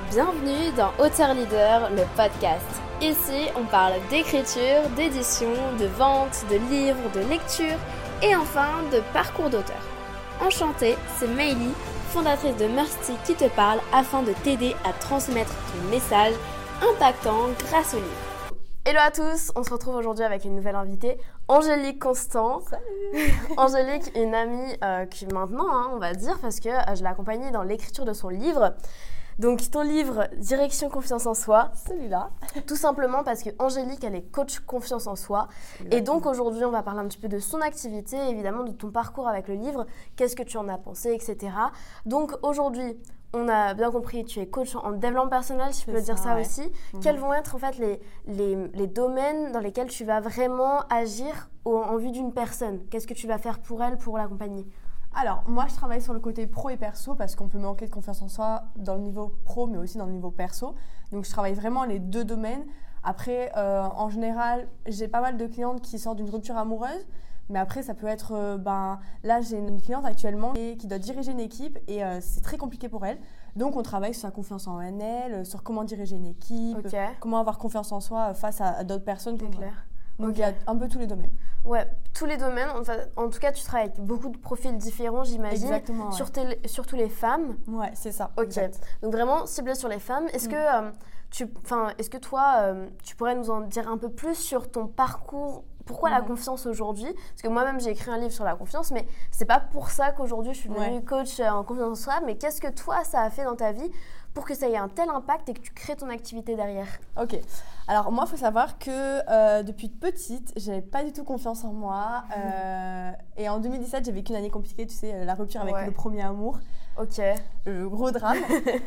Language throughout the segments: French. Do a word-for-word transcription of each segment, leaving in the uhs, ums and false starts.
Bienvenue dans Auteur Leader, le podcast. Ici, on parle d'écriture, d'édition, de vente, de livres, de lecture et enfin de parcours d'auteur. Enchantée, c'est Meili, fondatrice de Mercy qui te parle afin de t'aider à transmettre ton message impactant grâce au livre. Hello à tous, on se retrouve aujourd'hui avec une nouvelle invitée, Angélique Constant. Salut. Angélique, une amie euh, qui maintenant, hein, on va dire, parce que euh, je l'ai accompagnée dans l'écriture de son livre. Donc ton livre Direction Confiance en Soi, celui-là, tout simplement parce que Angélique, elle est coach confiance en soi. Exactement. Et donc aujourd'hui, on va parler un petit peu de son activité, évidemment de ton parcours avec le livre, qu'est-ce que tu en as pensé, et cetera. Donc aujourd'hui, on a bien compris, tu es coach en développement personnel, si je peux dire ça ouais. aussi. Mmh. Quels vont être en fait les, les, les domaines dans lesquels tu vas vraiment agir au, en vue d'une personne? Qu'est-ce que tu vas faire pour elle, pour l'accompagner? Alors, moi, je travaille sur le côté pro et perso parce qu'on peut manquer de confiance en soi dans le niveau pro, mais aussi dans le niveau perso. Donc, je travaille vraiment les deux domaines. Après, euh, en général, j'ai pas mal de clientes qui sortent d'une rupture amoureuse. Mais après, ça peut être... Euh, ben, là, j'ai une cliente actuellement qui doit diriger une équipe et euh, c'est très compliqué pour elle. Donc, on travaille sur sa confiance en elle, sur comment diriger une équipe, okay. comment avoir confiance en soi face à, à d'autres personnes. C'est clair. Donc, okay. il y a un peu tous les domaines. Ouais, tous les domaines. Enfin, en tout cas, tu travailles avec beaucoup de profils différents, j'imagine. Exactement, ouais. Sur tes, surtout les femmes. Ouais, c'est ça. Ok. Exact. Donc, vraiment ciblé sur les femmes. Est-ce, mm. que, euh, tu, est-ce que toi, euh, tu pourrais nous en dire un peu plus sur ton parcours? Pourquoi mmh. la confiance aujourd'hui? Parce que moi-même, j'ai écrit un livre sur la confiance, mais c'est pas pour ça qu'aujourd'hui, je suis devenue ouais. coach en confiance en soi. Mais qu'est-ce que toi, ça a fait dans ta vie pour que ça ait un tel impact et que tu crées ton activité derrière? Ok. Alors, moi, il faut savoir que euh, depuis petite, je n'avais pas du tout confiance en moi. Mmh. Euh, et en deux mille dix-sept, j'ai vécu une année compliquée, tu sais, la rupture avec ouais. le premier amour. Ok. Le gros drame.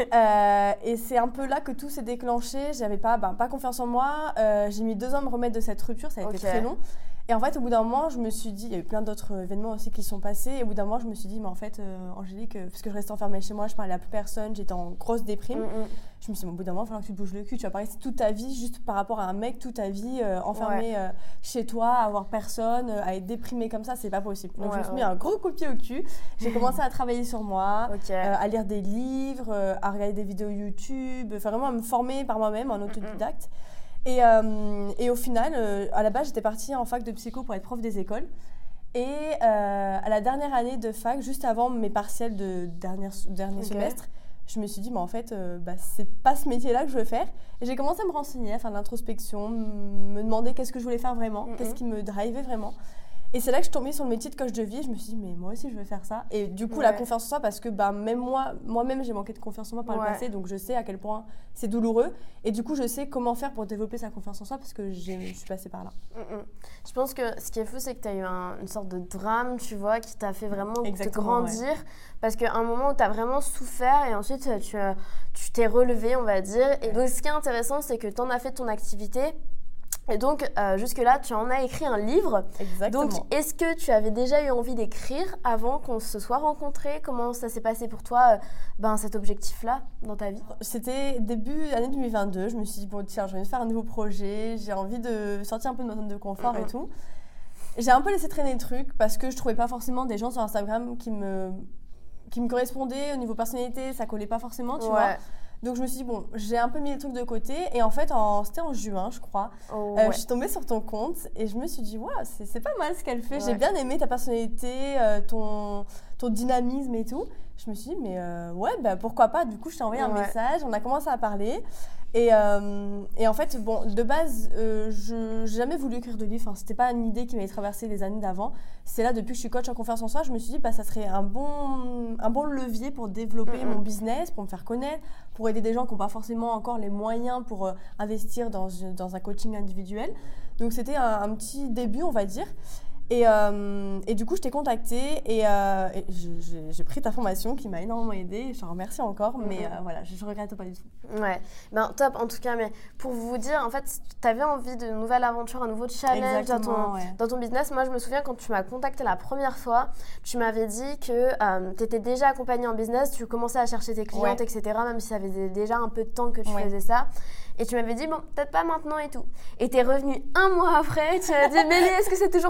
euh, et c'est un peu là que tout s'est déclenché. J'avais pas, ben, pas confiance en moi. Euh, j'ai mis deux ans à me remettre de cette rupture. Ça a été okay. très long. Et en fait, au bout d'un moment, je me suis dit, il y a eu plein d'autres événements aussi qui sont passés. Et au bout d'un moment, je me suis dit, mais en fait, euh, Angélique, euh, parce que je restais enfermée chez moi, je parlais à plus personne, j'étais en grosse déprime. Mm-hmm. Je me suis dit, au bout d'un moment, il va falloir que tu te bouges le cul. Tu vas pas rester toute ta vie juste par rapport à un mec, toute ta vie euh, enfermée ouais. euh, chez toi, à avoir personne, euh, à être déprimée comme ça, c'est pas possible. Donc, ouais, je me suis ouais. mis un gros coup de pied au cul. J'ai commencé à travailler sur moi, okay. euh, à lire des livres, euh, à regarder des vidéos YouTube, enfin vraiment à me former par moi-même en autodidacte. Mm-hmm. Et, euh, et au final, euh, à la base, j'étais partie en fac de psycho pour être prof des écoles. Et euh, à la dernière année de fac, juste avant mes partiels de dernier, dernier okay. semestre, je me suis dit, mais en fait, euh, bah, c'est pas ce métier-là que je veux faire. Et j'ai commencé à me renseigner, à faire de l'introspection, me demander qu'est-ce que je voulais faire vraiment, mm-hmm. qu'est-ce qui me drivait vraiment. Et c'est là que je suis tombée sur le métier de coach de vie et je me suis dit, mais moi aussi, je veux faire ça. Et du coup, ouais. la confiance en soi, parce que bah, même moi, moi-même, j'ai manqué de confiance en moi par ouais. le passé, donc je sais à quel point c'est douloureux. Et du coup, je sais comment faire pour développer sa confiance en soi parce que j'ai, je suis passée par là. Mm-hmm. Je pense que ce qui est fou, c'est que tu as eu un, une sorte de drame, tu vois, qui t'a fait vraiment Exactement, te grandir. Ouais. Parce qu'à un moment où tu as vraiment souffert et ensuite, tu, tu t'es relevé, on va dire. Et donc, ce qui est intéressant, c'est que tu en as fait ton activité. Et donc, euh, jusque-là, tu en as écrit un livre. Exactement. Donc, est-ce que tu avais déjà eu envie d'écrire avant qu'on se soit rencontrés? Comment ça s'est passé pour toi, euh, ben, cet objectif-là dans ta vie? C'était début année deux mille vingt-deux. Je me suis dit, bon, tiens, j'ai envie de faire un nouveau projet. J'ai envie de sortir un peu de ma zone de confort mm-hmm. et tout. J'ai un peu laissé traîner le truc parce que je ne trouvais pas forcément des gens sur Instagram qui me, qui me correspondaient au niveau personnalité. Ça ne collait pas forcément, tu ouais. vois. Donc je me suis dit, bon, j'ai un peu mis les trucs de côté. Et en fait, en, c'était en juin, je crois, oh, euh, ouais. je suis tombée sur ton compte et je me suis dit, waouh, c'est, c'est pas mal ce qu'elle fait. Ouais. J'ai bien aimé ta personnalité, euh, ton, ton dynamisme et tout. Je me suis dit, mais euh, ouais, bah, pourquoi pas. Du coup, je t'ai envoyé ouais. un message, on a commencé à parler. Et, euh, et en fait, bon, de base, euh, je n'ai jamais voulu écrire de livre. Enfin, ce n'était pas une idée qui m'avait traversé les années d'avant. C'est là, depuis que je suis coach en confiance en soi, je me suis dit, bah, ça serait un bon, un bon levier pour développer mm-hmm. mon business, pour me faire connaître, pour aider des gens qui n'ont pas forcément encore les moyens pour euh, investir dans, dans un coaching individuel. Donc, c'était un, un petit début, on va dire. Et, euh, et du coup, je t'ai contactée et, euh, et j'ai, j'ai pris ta formation qui m'a énormément aidée. Je te remercie encore, mais mm-hmm. euh, voilà, je ne regrette pas du tout. Ouais, ben, top en tout cas. Mais pour vous dire, en fait, tu avais envie d'une nouvelle aventure, un nouveau challenge dans ton, ouais. dans ton business. Moi, je me souviens quand tu m'as contactée la première fois, tu m'avais dit que euh, tu étais déjà accompagnée en business, tu commençais à chercher tes clientes, ouais. et cetera. Même si ça faisait déjà un peu de temps que tu ouais. faisais ça. Et tu m'avais dit, bon, peut-être pas maintenant et tout. Et tu es revenue un mois après, tu m'as dit, Mélie, est-ce que c'est toujours possible, et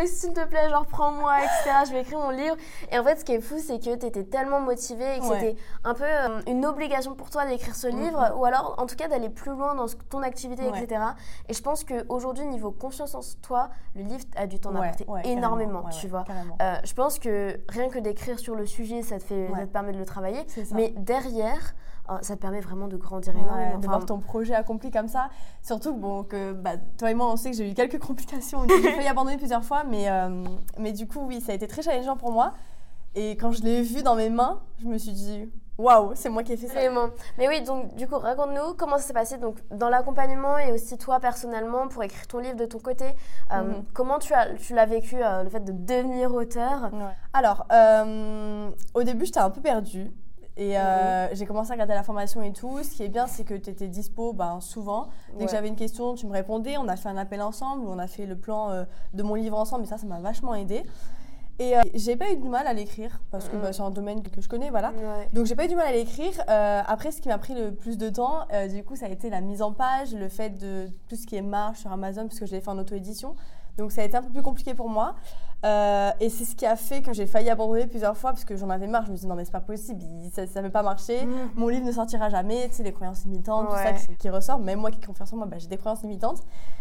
mais s'il te plaît, genre prends-moi, et cetera. Je vais écrire mon livre. Et en fait, ce qui est fou, c'est que tu étais tellement motivée et que ouais. c'était un peu euh, une obligation pour toi d'écrire ce livre, mm-hmm. ou alors en tout cas d'aller plus loin dans ton activité, ouais. et cetera. Et je pense qu'aujourd'hui, niveau confiance en toi, le livre a dû t'en ouais, apporter ouais, énormément, ouais, tu ouais, vois. Euh, je pense que rien que d'écrire sur le sujet, ça te, fait, ouais. ça te permet de le travailler. Mais derrière, ça te permet vraiment de grandir ouais, énormément. De enfin, voir ton projet accompli comme ça. Surtout bon, que bah, toi et moi, on sait que j'ai eu quelques complications. J'ai failli abandonner plusieurs fois, mais, euh, mais du coup, oui, ça a été très challengeant pour moi. Et quand je l'ai vu dans mes mains, je me suis dit, waouh, c'est moi qui ai fait ça. Vraiment. Mais oui, donc du coup, raconte-nous comment ça s'est passé donc, dans l'accompagnement et aussi toi personnellement pour écrire ton livre de ton côté. Euh, mm-hmm. Comment tu, as, tu l'as vécu, euh, le fait de devenir auteur? Ouais. Alors, euh, au début, j'étais un peu perdue. Et euh, mmh. j'ai commencé à regarder la formation et tout. Ce qui est bien, c'est que tu étais dispo ben, souvent. Dès ouais. que j'avais une question, tu me répondais. On a fait un appel ensemble, où on a fait le plan euh, de mon livre ensemble. Et ça, ça m'a vachement aidée. Et euh, j'ai pas eu de mal à l'écrire, parce que mmh. bah, c'est un domaine que je connais, voilà. Ouais. Donc j'ai pas eu du mal à l'écrire. Euh, après, ce qui m'a pris le plus de temps, euh, du coup, ça a été la mise en page, le fait de tout ce qui est marge sur Amazon, parce que je l'ai fait en auto-édition. Donc ça a été un peu plus compliqué pour moi. Euh, et c'est ce qui a fait que j'ai failli abandonner plusieurs fois parce que j'en avais marre. Je me disais non mais c'est pas possible, ça ne va pas marcher, mmh. mon livre ne sortira jamais, tu sais, les croyances limitantes, ouais. tout ça qui, qui ressort. Même moi qui ai confiance en moi, bah, j'ai des croyances limitantes.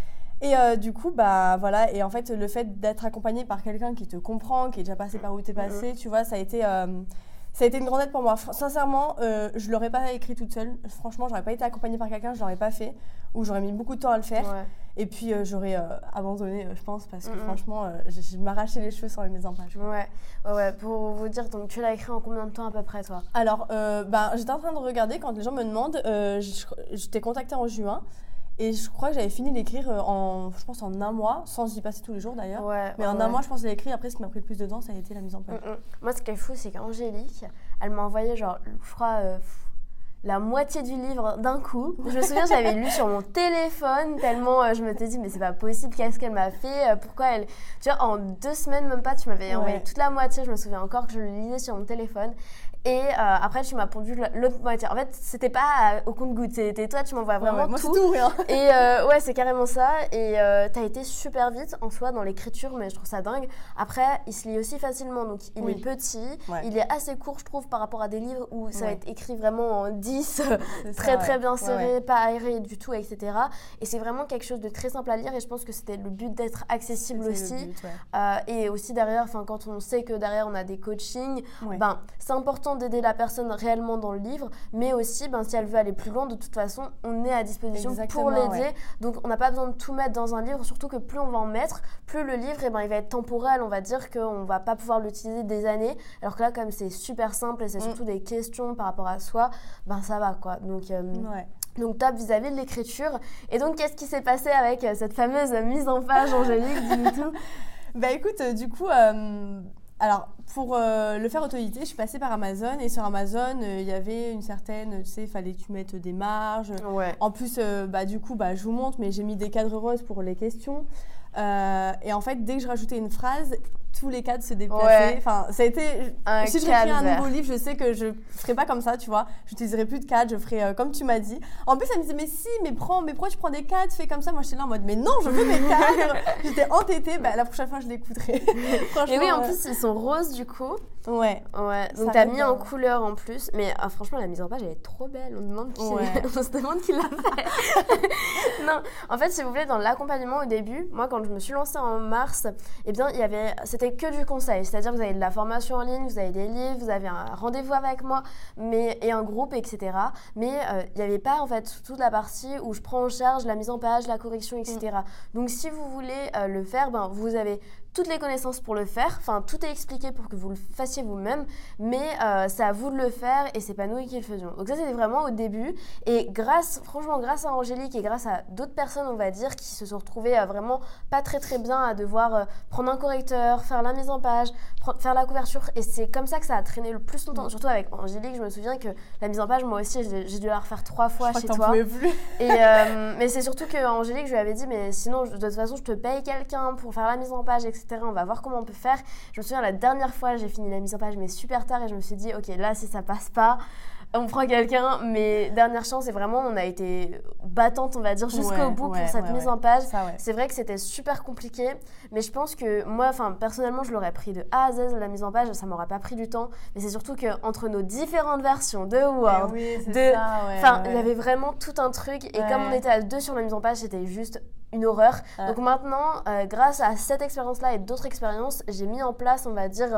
Et euh, du coup, bah voilà, et en fait le fait d'être accompagné par quelqu'un qui te comprend, qui est déjà passé par où tu es passé, mmh. tu vois, ça a été... Euh, Ça a été une grande aide pour moi. Sincèrement, euh, je ne l'aurais pas écrit toute seule. Franchement, je n'aurais pas été accompagnée par quelqu'un, je ne l'aurais pas fait. Ou j'aurais mis beaucoup de temps à le faire. Ouais. Et puis, euh, j'aurais euh, abandonné, euh, je pense, parce que mm-hmm. franchement, euh, je, je m'arrachais les cheveux sans les mise en page. Ouais. ouais, ouais. Pour vous dire, donc, tu l'as écrit en combien de temps à peu près, toi? Alors, euh, ben, j'étais en train de regarder quand les gens me demandent. Euh, je, je t'ai contactée en juin. Et je crois que j'avais fini d'écrire en, je pense, en un mois, sans y passer tous les jours d'ailleurs. Ouais, mais en ouais. un mois, je pense que j'ai écrit. Après, ce qui m'a pris le plus de temps, ça a été la mise en page. Mm-mm. Moi, ce qui est fou, c'est qu'Angélique, elle m'a envoyé, genre, je crois, euh, la moitié du livre d'un coup. Je me souviens, j'avais lu sur mon téléphone, tellement euh, je me suis dit, mais c'est pas possible, qu'est-ce qu'elle m'a fait euh, Pourquoi elle. Tu vois, en deux semaines, même pas, tu m'avais ouais. envoyé toute la moitié. Je me souviens encore que je le lisais sur mon téléphone. Et euh, après, tu m'as pondu l'autre moitié. En fait, c'était pas au compte-gouttes. C'était toi, tu m'envoies vraiment ouais, moi, tout. Moi, c'est tout, rien. Et euh, ouais, c'est carrément ça. Et euh, t'as été super vite en soi dans l'écriture, mais je trouve ça dingue. Après, il se lit aussi facilement. Donc, il oui. est petit. Ouais. Il est assez court, je trouve, par rapport à des livres où ça ouais. va être écrit vraiment en dix, très, ça, très ouais. bien serré, ouais, ouais. pas aéré du tout, et cetera. Et c'est vraiment quelque chose de très simple à lire. Et je pense que c'était le but d'être accessible c'est aussi. But, ouais. euh, et aussi derrière, quand on sait que derrière, on a des coachings, ouais. ben, c'est important d'aider la personne réellement dans le livre, mais aussi ben, si elle veut aller plus loin, de toute façon on est à disposition Exactement, pour l'aider, ouais. donc on n'a pas besoin de tout mettre dans un livre, surtout que plus on va en mettre, plus le livre eh ben, il va être temporel, on va dire qu'on va pas pouvoir l'utiliser des années, alors que là comme c'est super simple et c'est mm. surtout des questions par rapport à soi, ben ça va quoi, donc euh, ouais. Donc top vis-à-vis de l'écriture. Et donc qu'est-ce qui s'est passé avec euh, cette fameuse mise en page, Angélique, dis-nous tout. Bah écoute, euh, du coup euh... Alors, pour euh, le faire auto-éditer, je suis passée par Amazon et sur Amazon, il euh, y avait une certaine, tu sais, il fallait que tu mettes des marges. Ouais. En plus, euh, bah, du coup, bah, je vous montre, mais j'ai mis des cadres roses pour les questions. Euh, et en fait, dès que je rajoutais une phrase, tous les cadres se déplaçaient. Ouais. Enfin, ça a été. Un si je réécris un nouveau livre, je sais que je ferai pas comme ça, tu vois. J'utiliserai plus de cadres, je ferai euh, comme tu m'as dit. En plus, elle me disait mais si, mais prends, mais pourquoi tu prends des cadres, fais comme ça. Moi, j'étais là en mode mais non, je veux mes cadres. J'étais entêtée. Bah, la prochaine fois, je l'écouterai. Et oui, en euh... plus, ils sont roses du coup. Ouais. Ouais. Donc t'as mis bien. En couleur en plus, mais ah, franchement, la mise en page elle est trop belle. On demande qui, ouais. on se demande qui l'a fait. Non, en fait, si vous voulez, dans l'accompagnement au début, moi, quand je me suis lancée en mars, eh bien, il y avait, c'était que du conseil. C'est-à-dire que vous avez de la formation en ligne, vous avez des livres, vous avez un rendez-vous avec moi, mais et un groupe, et cetera. Mais euh, il n'y avait pas en fait toute la partie où je prends en charge la mise en page, la correction, et cetera. Mm. Donc, si vous voulez euh, le faire, ben vous avez toutes les connaissances pour le faire, enfin tout est expliqué pour que vous le fassiez vous-même, mais euh, c'est à vous de le faire et c'est pas nous qui le faisions. Donc ça c'était vraiment au début et grâce, franchement grâce à Angélique et grâce à d'autres personnes on va dire qui se sont retrouvées euh, vraiment pas très très bien à devoir euh, prendre un correcteur, faire la mise en page, pre- faire la couverture et c'est comme ça que ça a traîné le plus longtemps, mmh. surtout avec Angélique, je me souviens que la mise en page moi aussi j'ai, j'ai dû la refaire trois fois je chez crois toi. Que t'en pouvais plus. Et, euh, mais c'est surtout que Angélique je lui avais dit mais sinon de toute façon je te paye quelqu'un pour faire la mise en page et cetera. On va voir comment on peut faire. Je me souviens la dernière fois, j'ai fini la mise en page mais super tard et je me suis dit ok là si ça passe pas, on prend quelqu'un. Mais dernière chance et vraiment on a été battante, on va dire, jusqu'au ouais, bout ouais, pour cette ouais, mise ouais. en page. Ça, ouais. C'est vrai que c'était super compliqué, mais je pense que moi, enfin personnellement, je l'aurais pris de A à Z, la mise en page, ça m'aurait pas pris du temps. Mais c'est surtout qu'entre nos différentes versions de Word, oui, de, ouais, enfin, il ouais. y avait vraiment tout un truc. Et ouais. comme on était à deux sur la mise en page, c'était juste une horreur. Ouais. Donc maintenant, euh, grâce à cette expérience-là et d'autres expériences, j'ai mis en place, on va dire, euh,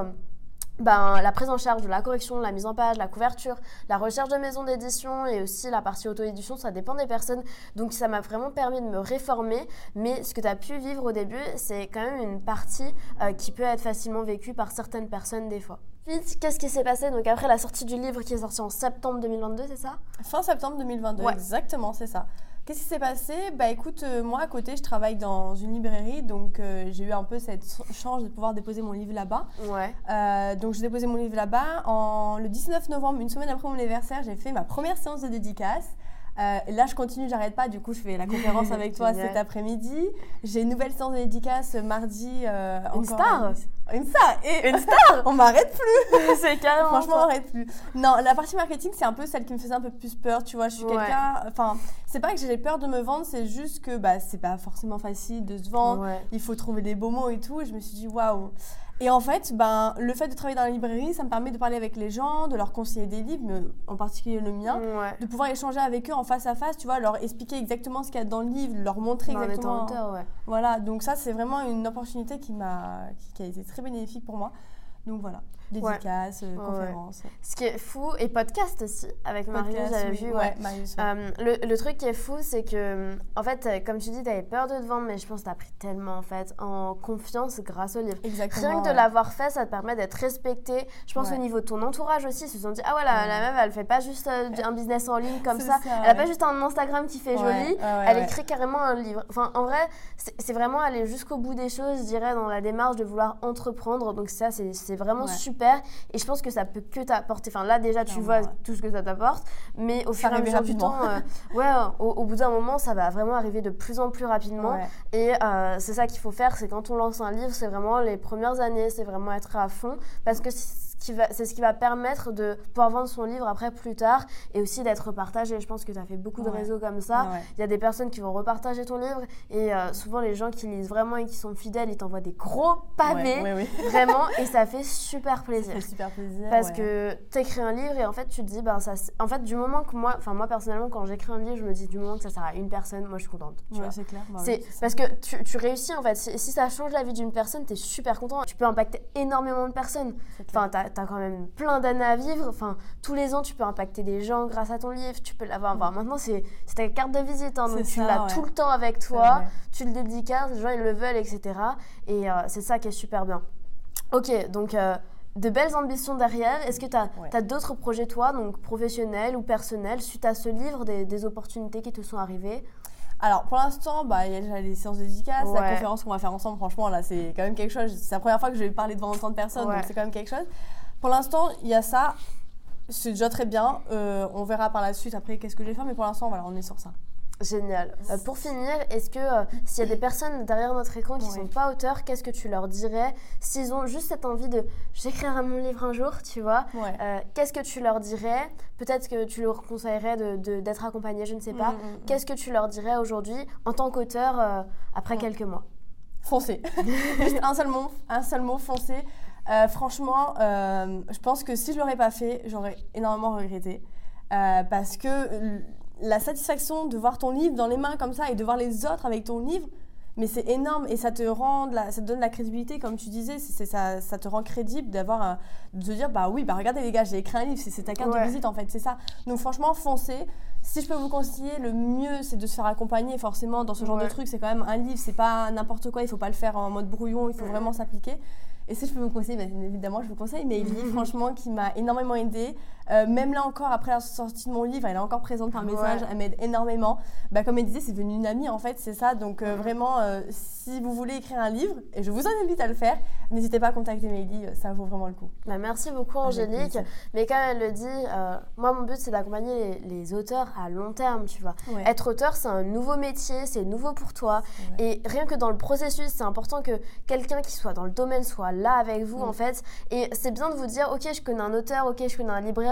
ben, la prise en charge de la correction, la mise en page, la couverture, la recherche de maison d'édition et aussi la partie auto-édition, ça dépend des personnes. Donc ça m'a vraiment permis de me réformer. Mais ce que tu as pu vivre au début, c'est quand même une partie euh, qui peut être facilement vécue par certaines personnes des fois. Ensuite, qu'est-ce qui s'est passé donc après la sortie du livre qui est sorti en septembre deux mille vingt-deux, c'est ça ? Fin septembre deux mille vingt-deux, ouais. Exactement, c'est ça. Qu'est-ce qui s'est passé ? Bah écoute, euh, moi à côté, je travaille dans une librairie, donc euh, j'ai eu un peu cette chance de pouvoir déposer mon livre là-bas. Ouais. Euh, donc j'ai déposé mon livre là-bas. En, le dix-neuf novembre, une semaine après mon anniversaire, j'ai fait ma première séance de dédicace. Euh, là, je continue, j'arrête pas. Du coup, je fais la conférence avec toi cet après-midi. J'ai une nouvelle séance de dédicace mardi. Euh, une star Une star Et une star on m'arrête plus. C'est carrément Franchement, ça. on m'arrête plus. Non, la partie marketing, c'est un peu celle qui me faisait un peu plus peur. Tu vois, je suis ouais. quelqu'un. Enfin, c'est pas que j'ai peur de me vendre, c'est juste que bah, c'est pas forcément facile de se vendre. Ouais. Il faut trouver des beaux mots et tout. Et je me suis dit, waouh. Et en fait, ben, le fait de travailler dans la librairie, ça me permet de parler avec les gens, de leur conseiller des livres, mais en particulier le mien, ouais. de pouvoir échanger avec eux en face à face, tu vois, leur expliquer exactement ce qu'il y a dans le livre, leur montrer dans exactement. Auteur, ouais. Voilà, donc ça, c'est vraiment une opportunité qui m'a, qui, qui a été très bénéfique pour moi. Donc voilà, dédicaces, ouais. euh, conférences. Ouais. Ce qui est fou, et podcast aussi, avec Marius, j'avais oui. vu. Ouais, ouais. Marius, ouais. euh, le, le truc qui est fou, c'est que, en fait, comme tu dis, tu avais peur de te vendre, mais je pense que tu as pris tellement, en fait, en confiance grâce au livre. Exactement. Rien que de ouais. l'avoir fait, ça te permet d'être respecté. Je pense ouais. au niveau de ton entourage aussi, ils se sont dit, ah ouais, la, ouais. la meuf, elle fait pas juste euh, un business en ligne comme ça. ça. Elle ouais. a pas juste un Instagram qui fait ouais. joli, ouais, ouais, elle ouais. écrit carrément un livre. Enfin, en vrai, c'est, c'est vraiment aller jusqu'au bout des choses, je dirais, dans la démarche de vouloir entreprendre. Donc ça, c'est, c'est vraiment ouais. super. Et je pense que ça peut que t'apporter. Enfin, là, déjà, tu non, vois ouais. tout ce que ça t'apporte. Mais au fur et à mesure du temps, euh, ouais, au, au bout d'un moment, ça va vraiment arriver de plus en plus rapidement. Ouais. Et euh, c'est ça qu'il faut faire. C'est quand on lance un livre, c'est vraiment les premières années, c'est vraiment être à fond. Parce que Qui va, c'est ce qui va permettre de pouvoir vendre son livre après plus tard et aussi d'être partagé. Je pense que tu as fait beaucoup de ouais. réseaux comme ça. Il ouais, ouais. y a des personnes qui vont repartager ton livre et euh, souvent les gens qui lisent vraiment et qui sont fidèles, ils t'envoient des gros pavés, ouais, ouais, ouais. vraiment, et ça fait super plaisir. Ça fait super plaisir. Parce ouais. que tu écris un livre et en fait tu te dis, ben, ça, en fait du moment que moi, enfin moi personnellement quand j'écris un livre, je me dis du moment que ça sert à une personne, moi je suis contente. Tu ouais, vois. c'est clair. Bah, c'est, oui, c'est parce que tu, tu réussis en fait. Si, si ça change la vie d'une personne, tu es super content. Tu peux impacter énormément de personnes. Enfin, tu as quand même plein d'années à vivre. Enfin, tous les ans, tu peux impacter des gens grâce à ton livre. Tu peux l'avoir. Enfin, maintenant, c'est, c'est ta carte de visite. Hein, donc, tu ça, l'as ouais. tout le temps avec toi. Tu le dédicaces, les gens, ils le veulent, et cetera. Et euh, c'est ça qui est super bien. Ok, donc... Euh, de belles ambitions derrière. Est-ce que tu as ouais. d'autres projets, toi, donc professionnels ou personnels, suite à ce livre, des, des opportunités qui te sont arrivées ? Alors, pour l'instant, bah, il y a déjà les séances de dédicaces, ouais. la conférence qu'on va faire ensemble. Franchement, là, c'est quand même quelque chose. C'est la première fois que je vais parler devant autant de personnes, ouais. donc c'est quand même quelque chose. Pour l'instant, il y a ça. C'est déjà très bien. Euh, on verra par la suite après qu'est-ce que je vais faire, mais pour l'instant, voilà, on est sur ça. Génial. Euh, pour finir, est-ce que euh, s'il y a des personnes derrière notre écran qui ne ouais. sont pas auteurs, qu'est-ce que tu leur dirais s'ils ont juste cette envie de « j'écrirai mon livre un jour », tu vois ouais. euh, qu'est-ce que tu leur dirais ? Peut-être que tu leur conseillerais de, de, d'être accompagné, je ne sais pas. Mmh, mmh. Qu'est-ce que tu leur dirais aujourd'hui en tant qu'auteur euh, après mmh. quelques mois ? Foncez. Juste un seul mot, un seul mot, foncez. Euh, franchement, euh, je pense que si je ne l'aurais pas fait, j'aurais énormément regretté. Euh, parce que... la satisfaction de voir ton livre dans les mains comme ça et de voir les autres avec ton livre, mais c'est énorme et ça te rend, la, ça te donne la crédibilité comme tu disais, c'est, c'est, ça, ça te rend crédible d'avoir un, de te dire bah oui, bah regardez les gars, j'ai écrit un livre, c'est, c'est ta carte ouais. de visite en fait, c'est ça. Donc franchement, foncez. Si je peux vous conseiller, le mieux c'est de se faire accompagner forcément dans ce genre ouais. de truc, c'est quand même un livre, c'est pas n'importe quoi, il faut pas le faire en mode brouillon, il faut ouais. vraiment s'appliquer. Et si je peux vous conseiller, bien évidemment, je vous conseille Maëlie, franchement, qui m'a énormément aidée. Euh, même là encore, après la sortie de mon livre, elle est encore présente par message, ouais. elle m'aide énormément. Bah, comme elle disait, c'est devenu une amie, en fait, c'est ça. Donc euh, vraiment, euh, si vous voulez écrire un livre, et je vous invite à le faire, n'hésitez pas à contacter Maëlie, ça vaut vraiment le coup. Bah, merci beaucoup, Angélique. Mais comme elle le dit, euh, moi, mon but, c'est d'accompagner les, les auteurs à long terme, tu vois. Ouais. Être auteur, c'est un nouveau métier, c'est nouveau pour toi. Ouais. Et rien que dans le processus, c'est important que quelqu'un qui soit dans le domaine soit là avec vous, mmh. en fait. Et c'est bien de vous dire, ok, je connais un auteur, ok, je connais un libraire,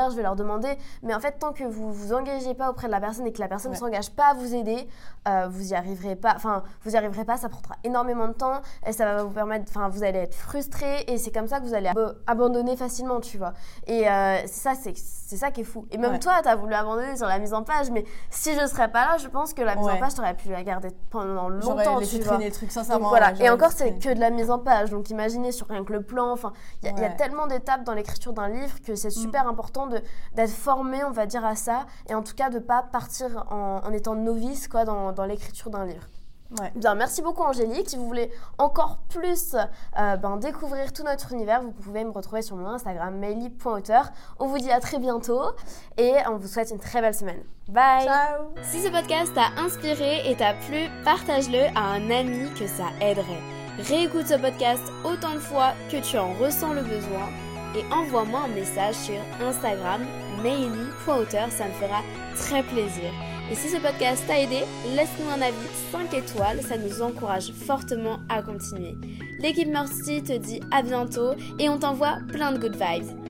faire, je vais leur demander. Mais en fait, tant que vous vous engagez pas auprès de la personne et que la personne ne ouais. s'engage pas à vous aider, euh, vous y arriverez pas. Enfin, vous y arriverez pas, ça prendra énormément de temps et ça va vous permettre, enfin, vous allez être frustré et c'est comme ça que vous allez ab- abandonner facilement, tu vois. Et euh, c'est ça, c'est, c'est ça qui est fou. Et même ouais. toi, tu as voulu abandonner sur la mise en page, mais si je serais pas là, je pense que la mise ouais. en page, tu aurais pu la garder pendant longtemps, j'aurais laissé tu vois. traîner le truc, sincèrement. Donc, voilà. Ouais, Et encore, c'est traîner. que de la mise en page. Donc imaginez sur rien que le plan. Enfin, il y, ouais. y a tellement d'étapes dans l'écriture d'un livre que c'est super mm. important de, d'être formé, on va dire, à ça. Et en tout cas, de ne pas partir en, en étant novice quoi, dans, dans l'écriture d'un livre. Ouais. Bien, merci beaucoup Angélique. Si vous voulez encore plus euh, ben, découvrir tout notre univers, vous pouvez me retrouver sur mon Instagram maily point auteur. On vous dit à très bientôt et on vous souhaite une très belle semaine. Bye. Ciao. Si ce podcast t'a inspiré et t'a plu, partage-le à un ami que ça aiderait. Réécoute ce podcast autant de fois que tu en ressens le besoin et envoie-moi un message sur Instagram maily point auteur, ça me fera très plaisir. Et si ce podcast t'a aidé, laisse-nous un avis cinq étoiles, ça nous encourage fortement à continuer. L'équipe Mercy te dit à bientôt et on t'envoie plein de good vibes.